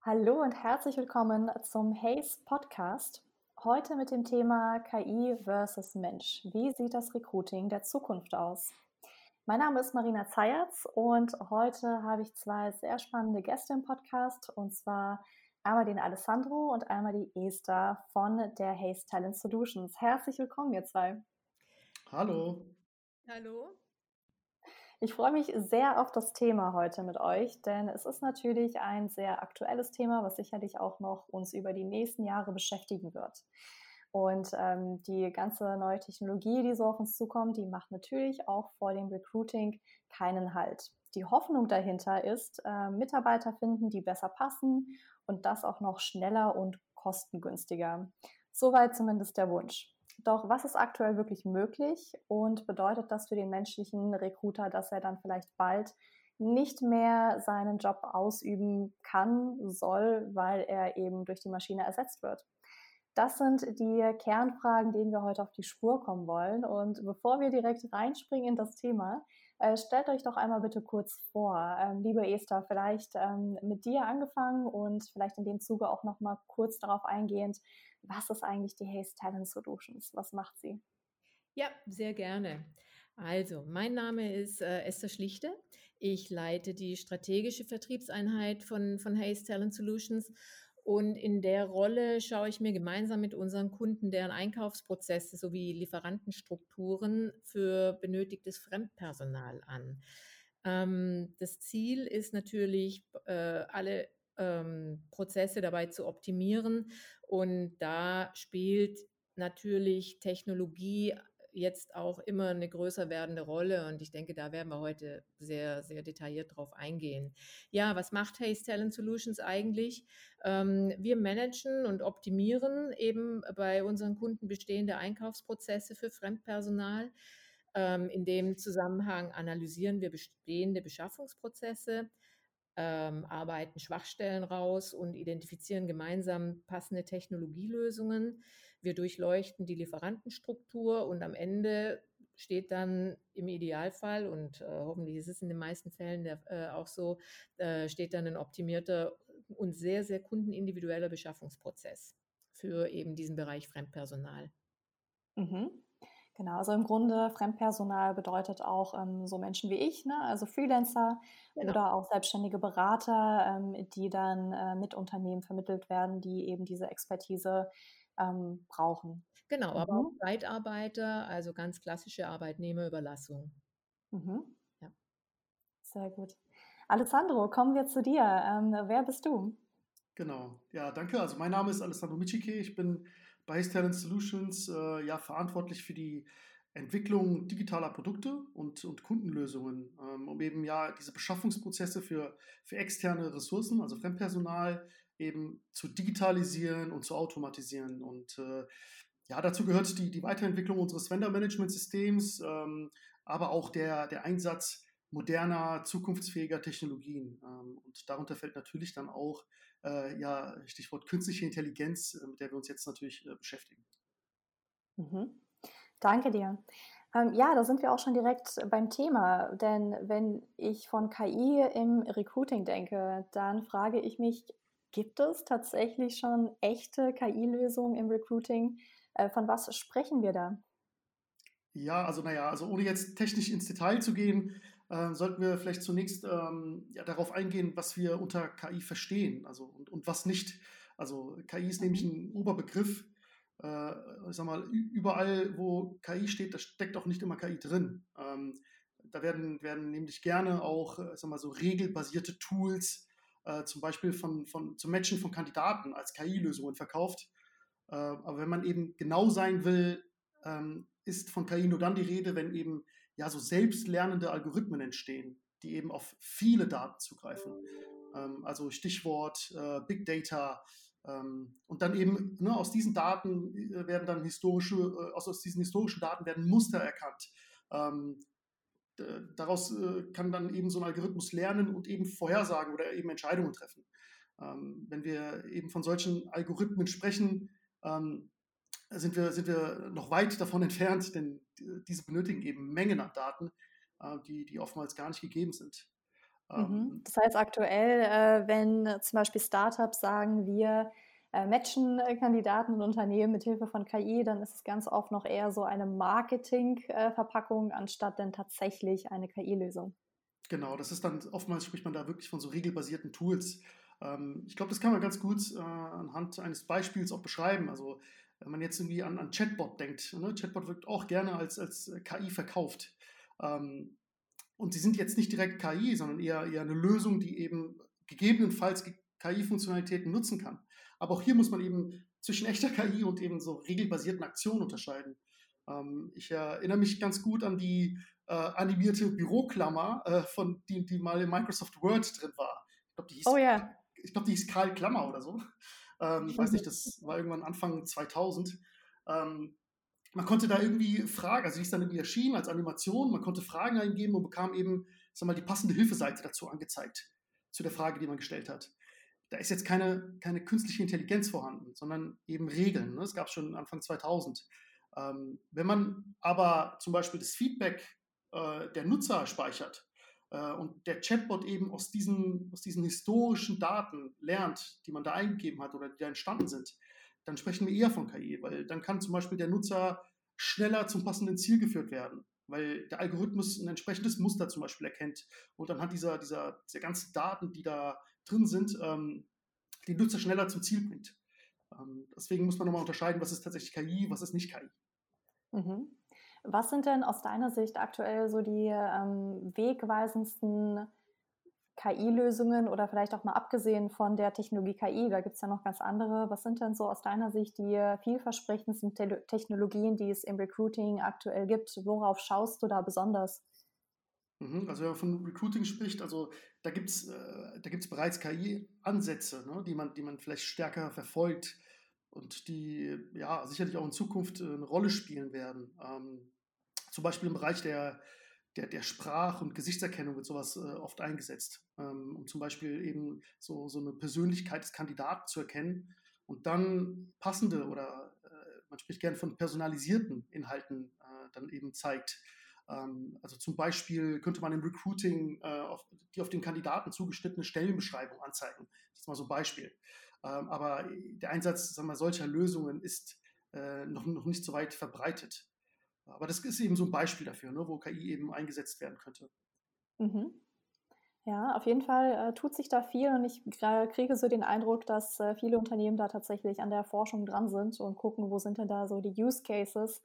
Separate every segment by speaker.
Speaker 1: Hallo und herzlich willkommen zum Haze Podcast. Heute mit dem Thema KI versus Mensch. Wie sieht das Recruiting der Zukunft aus? Mein Name ist Marina Zayatz und heute habe ich zwei sehr spannende Gäste im Podcast, und zwar einmal den Alessandro und einmal die Esther von der Haze Talent Solutions. Herzlich willkommen, ihr zwei.
Speaker 2: Hallo.
Speaker 3: Hallo?
Speaker 1: Ich freue mich sehr auf das Thema heute mit euch, denn es ist natürlich ein sehr aktuelles Thema, was sicherlich auch noch uns über die nächsten Jahre beschäftigen wird. Und die ganze neue Technologie, die so auf uns zukommt, die macht natürlich auch vor dem Recruiting keinen Halt. Die Hoffnung dahinter ist, Mitarbeiter finden, die besser passen, und das auch noch schneller und kostengünstiger. Soweit zumindest der Wunsch. Doch was ist aktuell wirklich möglich, und bedeutet das für den menschlichen Recruiter, dass er dann vielleicht bald nicht mehr seinen Job ausüben kann, soll, weil er eben durch die Maschine ersetzt wird? Das sind die Kernfragen, denen wir heute auf die Spur kommen wollen. Und bevor wir direkt reinspringen in das Thema, stellt euch doch einmal bitte kurz vor. Liebe Esther, vielleicht mit dir angefangen und vielleicht in dem Zuge auch noch mal kurz darauf eingehend, was ist eigentlich die Haze Talent Solutions? Was macht sie?
Speaker 3: Ja, sehr gerne. Also, mein Name ist Esther Schlichte. Ich leite die strategische Vertriebseinheit von Hays Talent Solutions, und in der Rolle schaue ich mir gemeinsam mit unseren Kunden deren Einkaufsprozesse sowie Lieferantenstrukturen für benötigtes Fremdpersonal an. Das Ziel ist natürlich, alle Prozesse dabei zu optimieren, und da spielt natürlich Technologie jetzt auch immer eine größer werdende Rolle, und ich denke, da werden wir heute sehr, sehr detailliert drauf eingehen. Ja, was macht Hays Talent Solutions eigentlich? Wir managen und optimieren eben bei unseren Kunden bestehende Einkaufsprozesse für Fremdpersonal. In dem Zusammenhang analysieren wir bestehende Beschaffungsprozesse, arbeiten Schwachstellen raus und identifizieren gemeinsam passende Technologielösungen. Wir durchleuchten die Lieferantenstruktur, und am Ende steht dann im Idealfall, und hoffentlich ist es in den meisten Fällen auch so, steht dann ein optimierter und sehr, sehr kundenindividueller Beschaffungsprozess für eben diesen Bereich Fremdpersonal.
Speaker 1: Mhm. Genau, also im Grunde Fremdpersonal bedeutet auch so Menschen wie ich, ne? Also Freelancer
Speaker 3: Genau.
Speaker 1: oder auch selbstständige Berater, die dann mit Unternehmen vermittelt werden, die eben diese Expertise brauchen.
Speaker 3: Genau, aber auch
Speaker 1: Mhm.
Speaker 3: Zeitarbeiter, also ganz klassische Arbeitnehmerüberlassung.
Speaker 1: Mhm.
Speaker 3: Ja.
Speaker 1: Sehr gut. Alessandro, kommen wir zu dir. Wer bist du?
Speaker 2: Genau. Ja, danke. Also mein Name ist Alessandro Michike. Ich bin bei Hays Talent Solutions ja, verantwortlich für die Entwicklung digitaler Produkte und Kundenlösungen, um eben ja diese Beschaffungsprozesse für externe Ressourcen, also Fremdpersonal, eben zu digitalisieren und zu automatisieren. Und ja, dazu gehört die Weiterentwicklung unseres Vendor-Management-Systems, aber auch der Einsatz moderner, zukunftsfähiger Technologien. Und darunter fällt natürlich dann auch ja, Stichwort künstliche Intelligenz, mit der wir uns jetzt natürlich beschäftigen.
Speaker 1: Mhm. Danke dir. Ja, da sind wir auch schon direkt beim Thema, denn wenn ich von KI im Recruiting denke, dann frage ich mich, gibt es tatsächlich schon echte KI-Lösungen im Recruiting? Von was sprechen wir da?
Speaker 2: Ja, also naja, also ohne jetzt technisch ins Detail zu gehen, sollten wir vielleicht zunächst ja, darauf eingehen, was wir unter KI verstehen, also und was nicht. Also KI ist nämlich
Speaker 1: Mhm.
Speaker 2: ein Oberbegriff. Ich sag mal, überall, wo KI steht, da steckt auch nicht immer KI drin. Da werden nämlich gerne auch, sag mal, so regelbasierte Tools, zum Beispiel zum Matchen von Kandidaten als KI-Lösungen verkauft. Aber wenn man eben genau sein will, ist von KI nur dann die Rede, wenn eben ja so selbstlernende Algorithmen entstehen, die eben auf viele Daten zugreifen. Also Stichwort Big Data. Und dann eben aus diesen Daten werden dann aus diesen historischen Daten werden Muster erkannt. Ähm, Daraus kann dann eben so ein Algorithmus lernen und eben Vorhersagen oder eben Entscheidungen treffen. Wenn wir eben von solchen Algorithmen sprechen, sind wir noch weit davon entfernt, denn diese benötigen eben Mengen an Daten, die oftmals gar nicht gegeben sind.
Speaker 1: Das heißt aktuell, wenn zum Beispiel Startups sagen, wir matchen Kandidaten und Unternehmen mit Hilfe von KI, dann ist es ganz oft noch eher so eine Marketing-Verpackung anstatt dann tatsächlich eine KI-Lösung.
Speaker 2: Genau, das ist dann oftmals spricht man da wirklich von so regelbasierten Tools. Ich glaube, das kann man ganz gut anhand eines Beispiels auch beschreiben. Also wenn man jetzt irgendwie an Chatbot denkt, ne? Chatbot wird auch gerne als KI verkauft. Ähm, und sie sind jetzt nicht direkt KI, sondern eher eine Lösung, die eben gegebenenfalls KI-Funktionalitäten nutzen kann. Aber auch hier muss man eben zwischen echter KI und eben so regelbasierten Aktionen unterscheiden. Ich erinnere mich ganz gut an die animierte Büroklammer, die mal in Microsoft Word drin war. Ich glaube,
Speaker 1: Oh ja.
Speaker 2: die hieß Karl Klammer oder so. Weiß nicht, das war irgendwann Anfang 2000. Ähm, Man konnte da irgendwie Fragen, also die ist dann irgendwie erschienen als Animation, man konnte Fragen eingeben und bekam eben, sag mal, die passende Hilfeseite dazu angezeigt, zu der Frage, die man gestellt hat. Da ist jetzt keine künstliche Intelligenz vorhanden, sondern eben Regeln. Ne? Das gab es schon Anfang 2000. Wenn man aber zum Beispiel das Feedback der Nutzer speichert und der Chatbot eben aus diesen historischen Daten lernt, die man da eingegeben hat oder die da entstanden sind, dann sprechen wir eher von KI, weil dann kann zum Beispiel der Nutzer schneller zum passenden Ziel geführt werden, weil der Algorithmus ein entsprechendes Muster zum Beispiel erkennt und anhand dieser ganzen Daten, die da drin sind, die Nutzer schneller zum Ziel bringt. Deswegen muss man nochmal unterscheiden, was ist tatsächlich KI, was ist nicht KI.
Speaker 1: Mhm. Was sind denn aus deiner Sicht aktuell so die wegweisendsten KI-Lösungen oder vielleicht auch mal abgesehen von der Technologie KI, da gibt es ja noch ganz andere. Was sind denn so aus deiner Sicht die vielversprechendsten Technologien, die es im Recruiting aktuell gibt? Worauf schaust du da besonders?
Speaker 2: Also wenn man von Recruiting spricht, also da gibt's bereits KI-Ansätze, ne, die man vielleicht stärker verfolgt und die ja sicherlich auch in Zukunft eine Rolle spielen werden. Zum Beispiel im Bereich der Sprach- und Gesichtserkennung wird sowas oft eingesetzt, um zum Beispiel eben so eine Persönlichkeit des Kandidaten zu erkennen und dann passende oder man spricht gerne von personalisierten Inhalten dann eben zeigt. Also zum Beispiel könnte man im Recruiting die auf den Kandidaten zugeschnittene Stellenbeschreibung anzeigen. Das ist mal so ein Beispiel. Aber der Einsatz, sagen wir, solcher Lösungen ist noch nicht so weit verbreitet. Aber das ist eben so ein Beispiel dafür, ne, wo KI eben eingesetzt werden könnte.
Speaker 1: Mhm. Ja, auf jeden Fall tut sich da viel und ich kriege so den Eindruck, dass viele Unternehmen da tatsächlich an der Forschung dran sind und gucken, wo sind denn da so die Use Cases,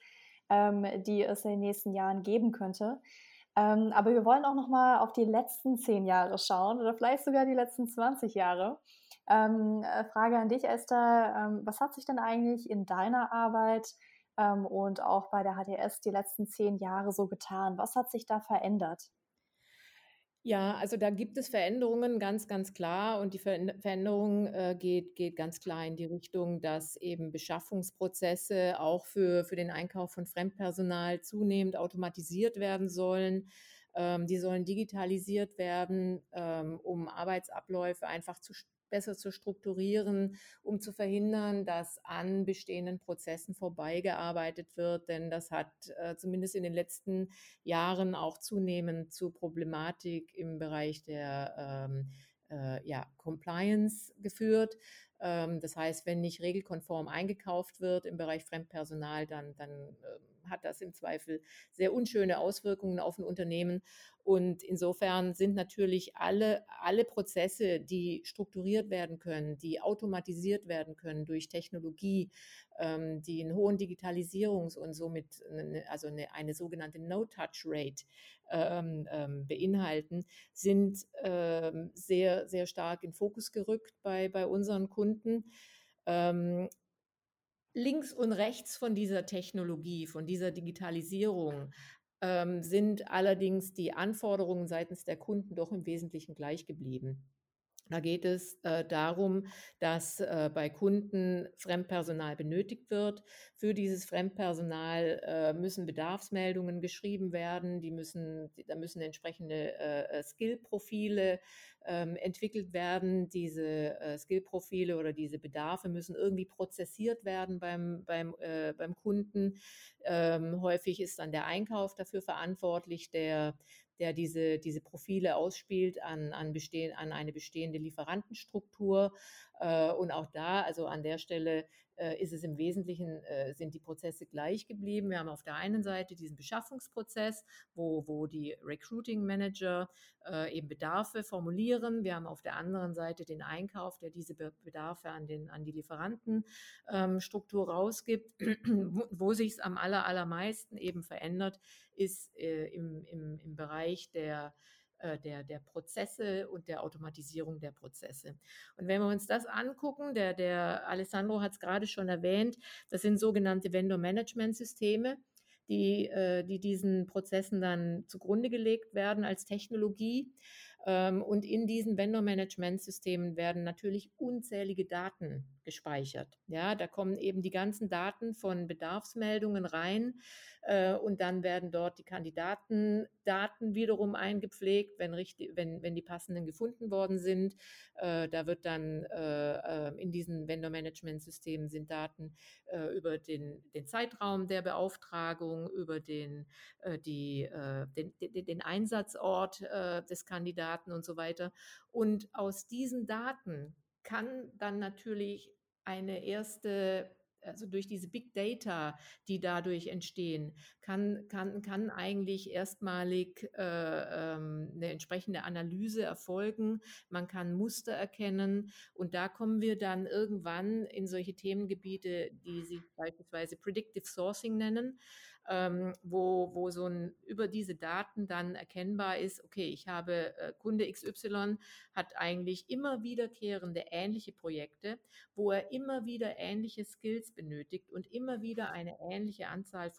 Speaker 1: die es in den nächsten Jahren geben könnte. Aber wir wollen auch noch mal auf die letzten 10 Jahre schauen oder vielleicht sogar die letzten 20 Jahre. Frage an dich, Esther, was hat sich denn eigentlich in deiner Arbeit und auch bei der HTS die letzten 10 Jahre so getan? Was hat sich da verändert?
Speaker 3: Ja, also da gibt es Veränderungen, ganz, ganz klar. Und die Veränderung geht ganz klar in die Richtung, dass eben Beschaffungsprozesse auch für den Einkauf von Fremdpersonal zunehmend automatisiert werden sollen. Die sollen digitalisiert werden, um Arbeitsabläufe einfach besser zu strukturieren, um zu verhindern, dass an bestehenden Prozessen vorbeigearbeitet wird. Denn das hat zumindest in den letzten Jahren auch zunehmend zu Problematik im Bereich der ja, Compliance geführt. Das heißt, wenn nicht regelkonform eingekauft wird im Bereich Fremdpersonal, dann hat das im Zweifel sehr unschöne Auswirkungen auf ein Unternehmen. Und insofern sind natürlich alle Prozesse, die strukturiert werden können, die automatisiert werden können durch Technologie, die einen hohen Digitalisierungs- und somit eine sogenannte No-Touch-Rate beinhalten, sind sehr, sehr stark in Fokus gerückt bei unseren Kunden. Ähm, Links und rechts von dieser Technologie, von dieser Digitalisierung, sind allerdings die Anforderungen seitens der Kunden doch im Wesentlichen gleich geblieben. Da geht es darum, dass bei Kunden Fremdpersonal benötigt wird. Für dieses Fremdpersonal müssen Bedarfsmeldungen geschrieben werden. Da müssen entsprechende Skillprofile entwickelt werden. Diese Skillprofile oder diese Bedarfe müssen irgendwie prozessiert werden beim Kunden. Häufig ist dann der Einkauf dafür verantwortlich, der der diese Profile ausspielt an eine bestehende Lieferantenstruktur. Und auch da, also an der Stelle, ist es im Wesentlichen, sind die Prozesse gleich geblieben. Wir haben auf der einen Seite diesen Beschaffungsprozess, wo die Recruiting Manager eben Bedarfe formulieren. Wir haben auf der anderen Seite den Einkauf, der diese Bedarfe an die Lieferantenstruktur rausgibt. Wo sich es am allermeisten eben verändert, ist im Bereich der Prozesse und der Automatisierung der Prozesse. Und wenn wir uns das angucken, der Alessandro hat es gerade schon erwähnt, das sind sogenannte Vendor-Management-Systeme, die diesen Prozessen dann zugrunde gelegt werden als Technologie. Und in diesen Vendor-Management-Systemen werden natürlich unzählige Daten gespeichert. Ja, da kommen eben die ganzen Daten von Bedarfsmeldungen rein, und dann werden dort die Kandidatendaten wiederum eingepflegt, wenn die passenden gefunden worden sind. Da wird dann in diesen Vendor-Management-Systemen sind Daten über den Zeitraum der Beauftragung, über den Einsatzort des Kandidaten und so weiter. Und aus diesen Daten kann dann natürlich also durch diese Big Data, die dadurch entstehen, kann eigentlich erstmalig eine entsprechende Analyse erfolgen. Man kann Muster erkennen und da kommen wir dann irgendwann in solche Themengebiete, die sich beispielsweise Predictive Sourcing nennen, wo über diese Daten dann erkennbar ist, okay, ich habe Kunde XY hat eigentlich immer wiederkehrende ähnliche Projekte, wo er immer wieder ähnliche Skills benötigt und immer wieder eine ähnliche Anzahl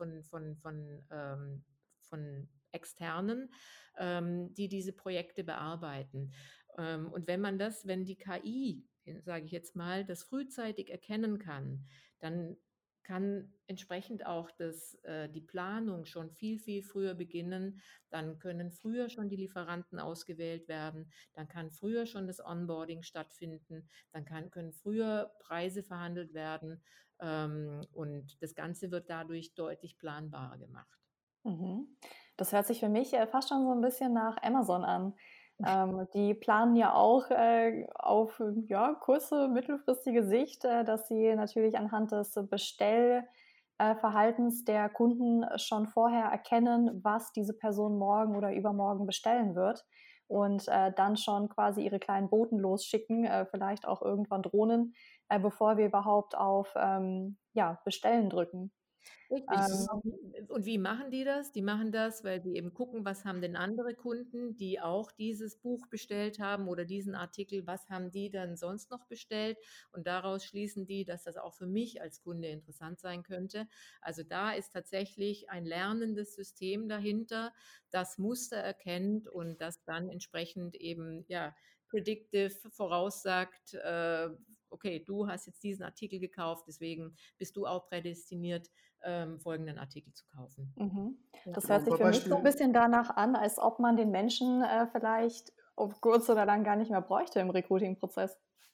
Speaker 3: von Externen, die diese Projekte bearbeiten. Und wenn die KI, sage ich jetzt mal, das frühzeitig erkennen kann, dann kann entsprechend auch die Planung schon viel früher beginnen. Dann können früher schon die Lieferanten ausgewählt werden. Dann kann früher schon das Onboarding stattfinden. Dann können früher Preise verhandelt werden. Und das Ganze wird dadurch deutlich planbarer gemacht.
Speaker 1: Mhm. Das hört sich für mich fast schon so ein bisschen nach Amazon an. Die planen ja auch auf ja, kurze, mittelfristige Sicht, dass sie natürlich anhand des Bestellverhaltens der Kunden schon vorher erkennen, was diese Person morgen oder übermorgen bestellen wird und dann schon quasi ihre kleinen Boten losschicken, vielleicht auch irgendwann Drohnen, bevor wir überhaupt auf ja, Bestellen drücken.
Speaker 3: Richtig.
Speaker 1: Ähm,
Speaker 3: Und wie machen die das? Die machen das, weil die eben gucken, was haben denn andere Kunden, die auch dieses Buch bestellt haben oder diesen Artikel, was haben die dann sonst noch bestellt? Und daraus schließen die, dass das auch für mich als Kunde interessant sein könnte. Also da ist tatsächlich ein lernendes System dahinter, das Muster erkennt und das dann entsprechend eben, ja, predictive voraussagt, okay, du hast jetzt diesen Artikel gekauft, deswegen bist du auch prädestiniert, folgenden Artikel zu kaufen.
Speaker 1: Mhm.
Speaker 3: Ja.
Speaker 1: Das
Speaker 2: Genau,
Speaker 1: hört
Speaker 2: und
Speaker 1: sich
Speaker 2: bei
Speaker 1: für mich so ein
Speaker 2: Beispiel,
Speaker 1: bisschen danach an, als ob man den Menschen, vielleicht auf kurz oder lang gar nicht mehr bräuchte im Recruiting-Prozess.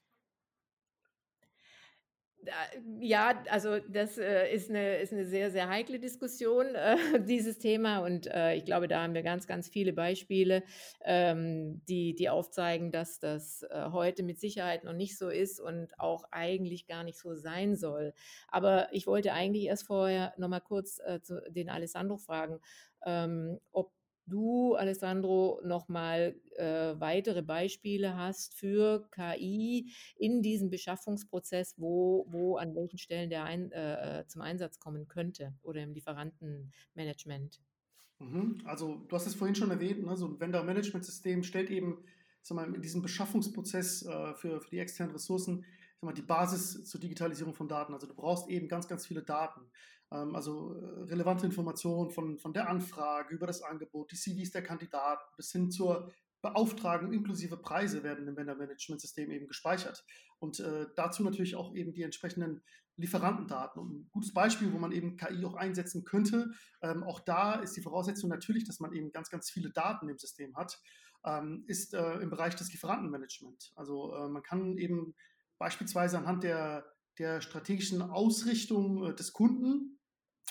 Speaker 3: Ja, also das ist eine sehr heikle Diskussion, dieses Thema. Und ich glaube, da haben wir ganz viele Beispiele, die aufzeigen, dass das heute mit Sicherheit noch nicht so ist und auch eigentlich gar nicht so sein soll. Aber ich wollte eigentlich erst vorher noch mal kurz den Alessandro fragen, ob du, Alessandro, noch mal weitere Beispiele hast für KI in diesem Beschaffungsprozess, wo an welchen Stellen zum Einsatz kommen könnte oder im Lieferantenmanagement.
Speaker 2: also du hast es vorhin schon erwähnt, ne, so ein Vendor-Management-System stellt eben, sag mal, in diesem Beschaffungsprozess für die externen Ressourcen, sag mal, die Basis zur Digitalisierung von Daten. Also du brauchst eben ganz viele Daten. Also relevante Informationen von der Anfrage über das Angebot, die CVs der Kandidaten bis hin zur Beauftragung inklusive Preise werden im Vendor-Management-System eben gespeichert. Und dazu natürlich auch eben die entsprechenden Lieferantendaten. Und ein gutes Beispiel, wo man eben KI auch einsetzen könnte, auch da ist die Voraussetzung natürlich, dass man eben ganz viele Daten im System hat, ist im Bereich des Lieferantenmanagement. Also man kann eben beispielsweise anhand der strategischen Ausrichtung des Kunden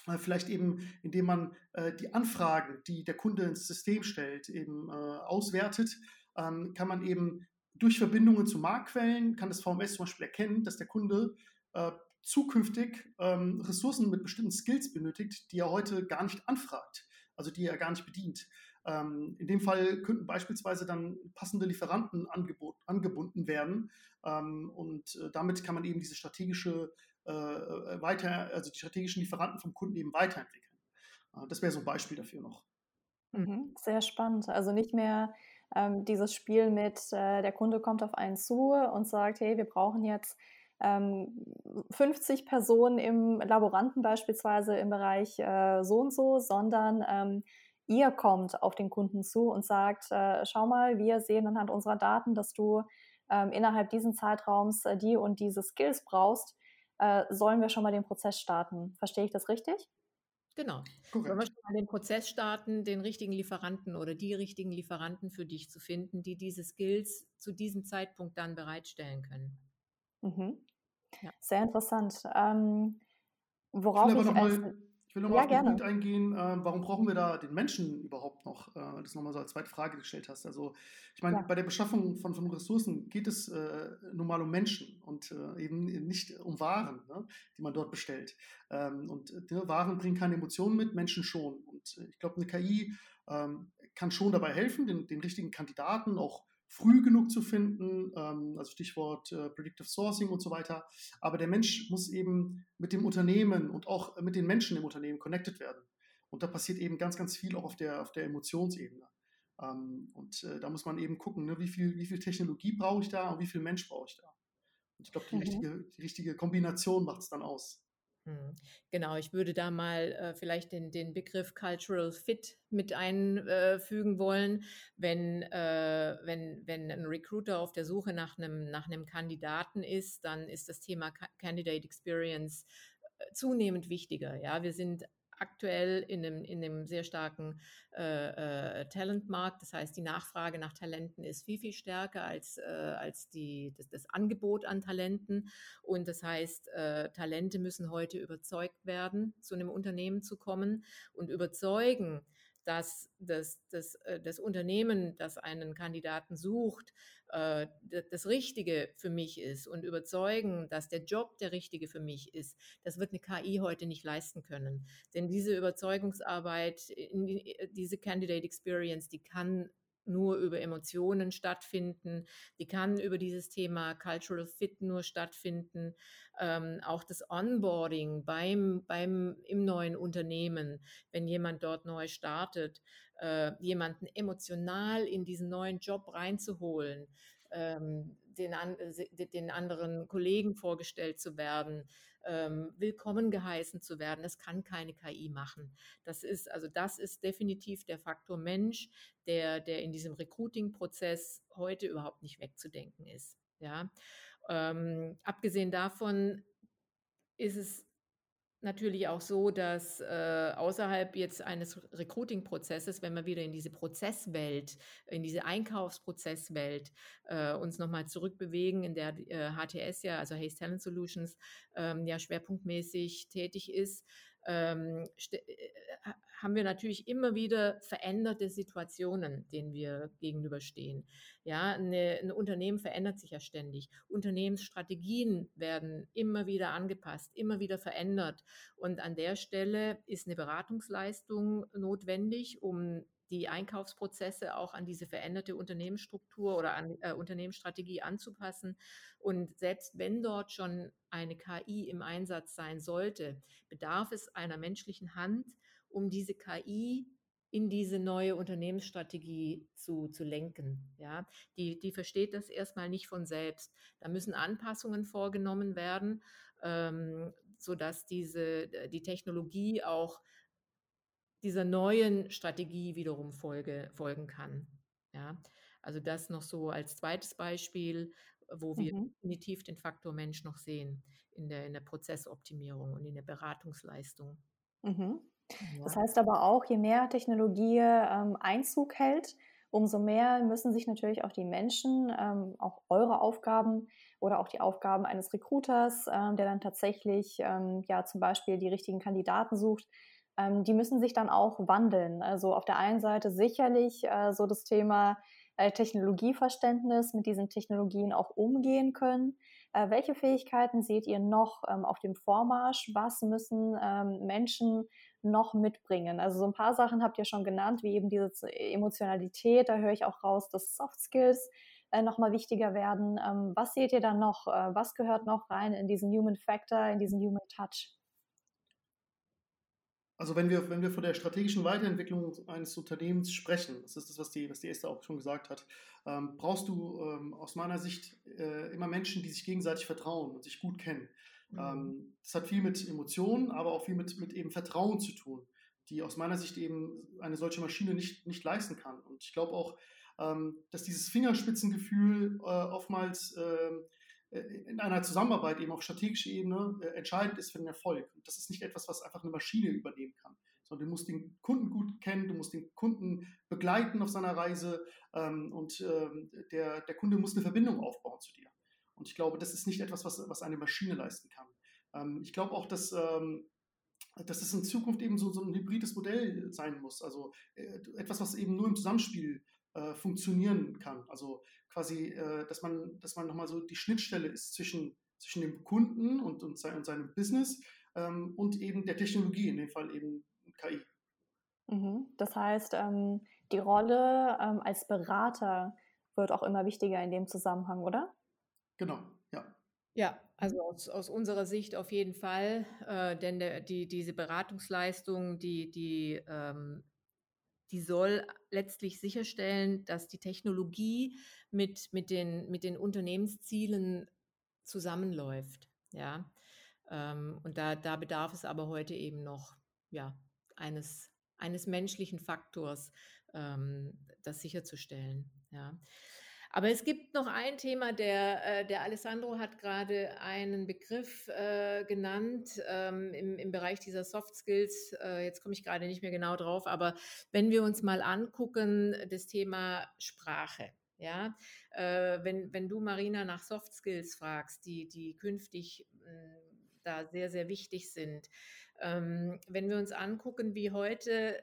Speaker 2: Vielleicht eben, indem man die Anfragen, die der Kunde ins System stellt, eben auswertet, kann man eben durch Verbindungen zu Marktquellen, kann das VMS zum Beispiel erkennen, dass der Kunde äh, zukünftig Ressourcen mit bestimmten Skills benötigt, die er heute gar nicht anfragt, also die er gar nicht bedient. In dem Fall könnten beispielsweise dann passende Lieferanten angebunden werden, und damit kann man eben diese strategische also die strategischen Lieferanten vom Kunden eben weiterentwickeln. Das wäre so ein Beispiel dafür noch.
Speaker 1: Mhm, sehr spannend. Also nicht mehr dieses Spiel mit, der Kunde kommt auf einen zu und sagt, hey, wir brauchen jetzt 50 Personen im Laboranten beispielsweise im Bereich so und so, sondern ihr kommt auf den Kunden zu und sagt, schau mal, wir sehen anhand unserer Daten, dass du innerhalb diesen Zeitraums die und diese Skills brauchst. Sollen wir schon mal den Prozess starten? Verstehe ich das richtig?
Speaker 3: Genau. Sollen wir
Speaker 2: Korrekt.
Speaker 3: schon mal den Prozess starten, den richtigen Lieferanten oder die richtigen Lieferanten für dich zu finden, die diese Skills zu diesem Zeitpunkt dann bereitstellen können?
Speaker 1: Mhm.
Speaker 3: Ja.
Speaker 1: Sehr interessant.
Speaker 2: Ich will
Speaker 1: Worauf
Speaker 2: aber
Speaker 1: ich als
Speaker 2: nochmal
Speaker 1: Ja,
Speaker 2: auf den
Speaker 1: gerne.
Speaker 2: Punkt eingehen, warum brauchen wir da den Menschen überhaupt noch? Das nochmal so als zweite Frage gestellt hast. Also ich meine,
Speaker 1: Ja.
Speaker 2: bei der Beschaffung von Ressourcen geht es nun mal um Menschen und eben nicht um Waren, ne, die man dort bestellt. Waren bringen keine Emotionen mit, Menschen schon. Und ich glaube, eine KI kann schon dabei helfen, den richtigen Kandidaten auch früh genug zu finden, also Stichwort Predictive Sourcing und so weiter. Aber der Mensch muss eben mit dem Unternehmen und auch mit den Menschen im Unternehmen connected werden. Und da passiert eben ganz, ganz viel auch auf der Emotionsebene. Da muss man eben gucken, ne, wie viel Technologie brauche ich da und wie viel Mensch brauche ich da. Und ich glaube,
Speaker 1: Mhm.
Speaker 2: die richtige Kombination macht es dann aus.
Speaker 3: Mhm. Genau, ich würde da mal vielleicht den Begriff Cultural Fit mit einfügen wollen. Wenn ein Recruiter auf der Suche nach einem Kandidaten ist, dann ist das Thema Candidate Experience zunehmend wichtiger. Ja, wir sind aktuell in einem sehr starken Talentmarkt. Das heißt, die Nachfrage nach Talenten ist viel, viel stärker als das Angebot an Talenten. Und das heißt, Talente müssen heute überzeugt werden, zu einem Unternehmen zu kommen und überzeugen, dass das Unternehmen, das einen Kandidaten sucht, das Richtige für mich ist und überzeugen, dass der Job der richtige für mich ist. Das wird eine KI heute nicht leisten können. Denn diese Überzeugungsarbeit, diese Candidate Experience, die kann nur über Emotionen stattfinden, die kann über dieses Thema Cultural Fit nur stattfinden. Auch das Onboarding im neuen Unternehmen, wenn jemand dort neu startet, jemanden emotional in diesen neuen Job reinzuholen, den anderen Kollegen vorgestellt zu werden, willkommen geheißen zu werden. Das kann keine KI machen. Das ist definitiv der Faktor Mensch, der in diesem Recruiting-Prozess heute überhaupt nicht wegzudenken ist. Ja. Abgesehen davon ist es natürlich auch so, dass außerhalb jetzt eines Recruiting-Prozesses, wenn wir wieder in diese Prozesswelt, in diese Einkaufsprozesswelt uns nochmal zurückbewegen, in der HTS ja, also Hays Talent Solutions, ja schwerpunktmäßig tätig ist, haben wir natürlich immer wieder veränderte Situationen, denen wir gegenüberstehen. Ja, ein Unternehmen verändert sich ja ständig. Unternehmensstrategien werden immer wieder angepasst, immer wieder verändert. Und an der Stelle ist eine Beratungsleistung notwendig, um die Einkaufsprozesse auch an diese veränderte Unternehmensstruktur oder an Unternehmensstrategie anzupassen. Und selbst wenn dort schon eine KI im Einsatz sein sollte, bedarf es einer menschlichen Hand, um diese KI in diese neue Unternehmensstrategie zu lenken. Ja, die versteht das erstmal nicht von selbst. Da müssen Anpassungen vorgenommen werden, sodass die Technologie auch dieser neuen Strategie wiederum folgen kann. Ja, also das noch so als zweites Beispiel, wo wir
Speaker 1: Mhm.
Speaker 3: definitiv den Faktor Mensch noch sehen in der Prozessoptimierung und in der Beratungsleistung.
Speaker 1: Mhm. Das
Speaker 3: Ja.
Speaker 1: heißt aber auch, je mehr Technologie Einzug hält, umso mehr müssen sich natürlich auch die Menschen, auch eure Aufgaben oder auch die Aufgaben eines Recruiters, der dann tatsächlich ja zum Beispiel die richtigen Kandidaten sucht, die müssen sich dann auch wandeln. Also auf der einen Seite sicherlich so das Thema Technologieverständnis, mit diesen Technologien auch umgehen können. Welche Fähigkeiten seht ihr noch auf dem Vormarsch? Was müssen Menschen noch mitbringen? Also so ein paar Sachen habt ihr schon genannt, wie eben diese Emotionalität. Da höre ich auch raus, dass Soft Skills nochmal wichtiger werden. Was seht ihr da noch? Was gehört noch rein in diesen Human Factor, in diesen Human Touch?
Speaker 2: Also wenn wir von der strategischen Weiterentwicklung eines Unternehmens sprechen, das ist das, was die Esther auch schon gesagt hat, brauchst du aus meiner Sicht immer Menschen, die sich gegenseitig vertrauen und sich gut kennen. Das hat viel mit Emotionen, aber auch viel mit eben Vertrauen zu tun, die aus meiner Sicht eben eine solche Maschine nicht leisten kann. Und ich glaube auch, dass dieses Fingerspitzengefühl oftmals in einer Zusammenarbeit eben auf strategischer Ebene entscheidend ist für den Erfolg. Und das ist nicht etwas, was einfach eine Maschine übernehmen kann, sondern du musst den Kunden gut kennen, du musst den Kunden begleiten auf seiner Reise und der Kunde muss eine Verbindung aufbauen zu dir. Und ich glaube, das ist nicht etwas, was eine Maschine leisten kann. Ich glaube auch, dass es in Zukunft eben so ein hybrides Modell sein muss. Also etwas, was eben nur im Zusammenspiel funktionieren kann. Also quasi, dass man nochmal so die Schnittstelle ist zwischen dem Kunden und seinem Business und eben der Technologie, in dem Fall eben KI.
Speaker 1: Mhm. Das heißt, die Rolle als Berater wird auch immer wichtiger in dem Zusammenhang, oder?
Speaker 2: Genau, ja.
Speaker 3: Ja, also aus unserer Sicht auf jeden Fall, denn diese Beratungsleistung, die soll letztlich sicherstellen, dass die Technologie mit den Unternehmenszielen zusammenläuft. Ja? Und da bedarf es aber heute eben noch ja, eines menschlichen Faktors, das sicherzustellen. Ja? Aber es gibt noch ein Thema, der Alessandro hat gerade einen Begriff genannt im Bereich dieser Soft Skills. Jetzt komme ich gerade nicht mehr genau drauf, aber wenn wir uns mal angucken, das Thema Sprache. Ja, wenn du, Marina, nach Soft Skills fragst, die künftig da sehr, sehr wichtig sind. Wenn wir uns angucken, wie heute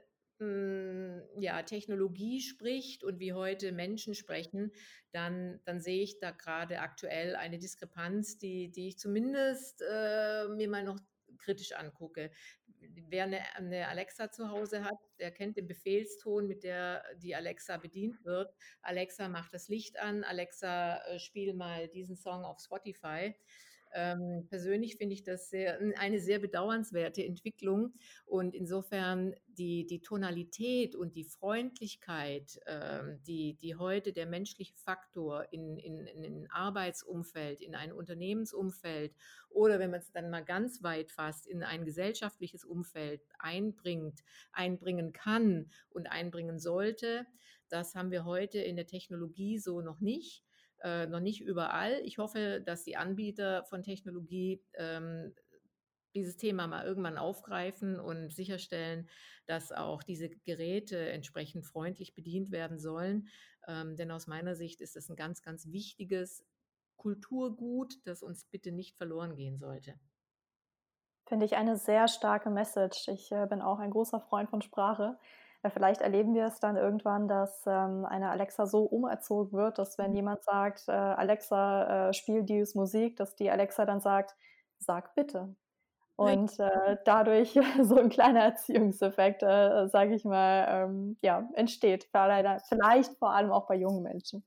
Speaker 3: ja, Technologie spricht und wie heute Menschen sprechen, dann sehe ich da gerade aktuell eine Diskrepanz, die ich zumindest mir mal noch kritisch angucke. Wer eine Alexa zu Hause hat, der kennt den Befehlston, mit der die Alexa bedient wird. Alexa, mach das Licht an. Alexa, spiel mal diesen Song auf Spotify. Persönlich finde ich das eine sehr bedauernswerte Entwicklung und insofern die Tonalität und die Freundlichkeit, die heute der menschliche Faktor in ein Arbeitsumfeld, in ein Unternehmensumfeld oder wenn man es dann mal ganz weit fasst, in ein gesellschaftliches Umfeld einbringen kann und einbringen sollte, das haben wir heute in der Technologie so noch nicht überall. Ich hoffe, dass die Anbieter von Technologie dieses Thema mal irgendwann aufgreifen und sicherstellen, dass auch diese Geräte entsprechend freundlich bedient werden sollen. Denn aus meiner Sicht ist das ein ganz, ganz wichtiges Kulturgut, das uns bitte nicht verloren gehen sollte.
Speaker 1: Finde ich eine sehr starke Message. Ich bin auch ein großer Freund von Sprache. Vielleicht erleben wir es dann irgendwann, dass eine Alexa so umerzogen wird, dass wenn jemand sagt, Alexa, spiel diese Musik, dass die Alexa dann sagt, sag bitte. Und dadurch so ein kleiner Erziehungseffekt, sage ich mal, ja, entsteht. Vielleicht vor allem auch bei jungen Menschen.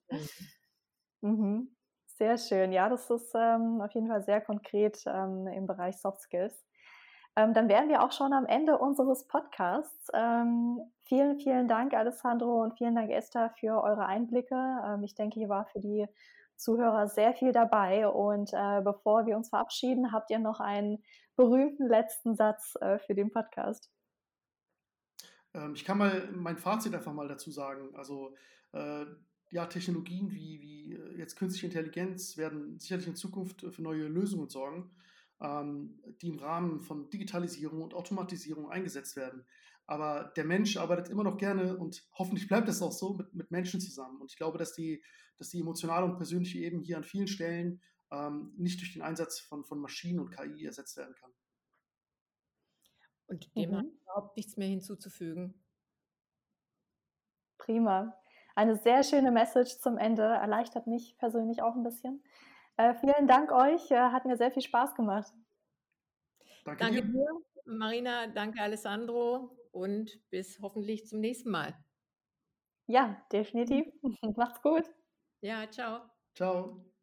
Speaker 1: Mhm. Sehr schön. Ja, das ist auf jeden Fall sehr konkret im Bereich Soft Skills. Dann wären wir auch schon am Ende unseres Podcasts. Vielen, vielen Dank, Alessandro, und vielen Dank, Esther, für eure Einblicke. Ich denke, hier war für die Zuhörer sehr viel dabei. Und bevor wir uns verabschieden, habt ihr noch einen berühmten letzten Satz für den Podcast?
Speaker 2: Ich kann mal mein Fazit einfach mal dazu sagen. Also ja, Technologien wie jetzt künstliche Intelligenz werden sicherlich in Zukunft für neue Lösungen sorgen, die im Rahmen von Digitalisierung und Automatisierung eingesetzt werden. aber der Mensch arbeitet immer noch gerne und hoffentlich bleibt es auch so mit Menschen zusammen. Und ich glaube, dass die emotionale und persönliche Ebene hier an vielen Stellen nicht durch den Einsatz von Maschinen und KI ersetzt werden kann.
Speaker 3: Und dem habe
Speaker 1: Mhm.
Speaker 3: ich überhaupt nichts mehr hinzuzufügen.
Speaker 1: Prima. Eine sehr schöne Message zum Ende, erleichtert mich persönlich auch ein bisschen. Vielen Dank euch, hat mir sehr viel Spaß gemacht.
Speaker 2: Danke
Speaker 3: Danke
Speaker 2: dir.
Speaker 3: dir, Marina, danke Alessandro und bis hoffentlich zum nächsten Mal.
Speaker 1: Ja, definitiv. Macht's gut.
Speaker 3: Ja, ciao.
Speaker 2: Ciao.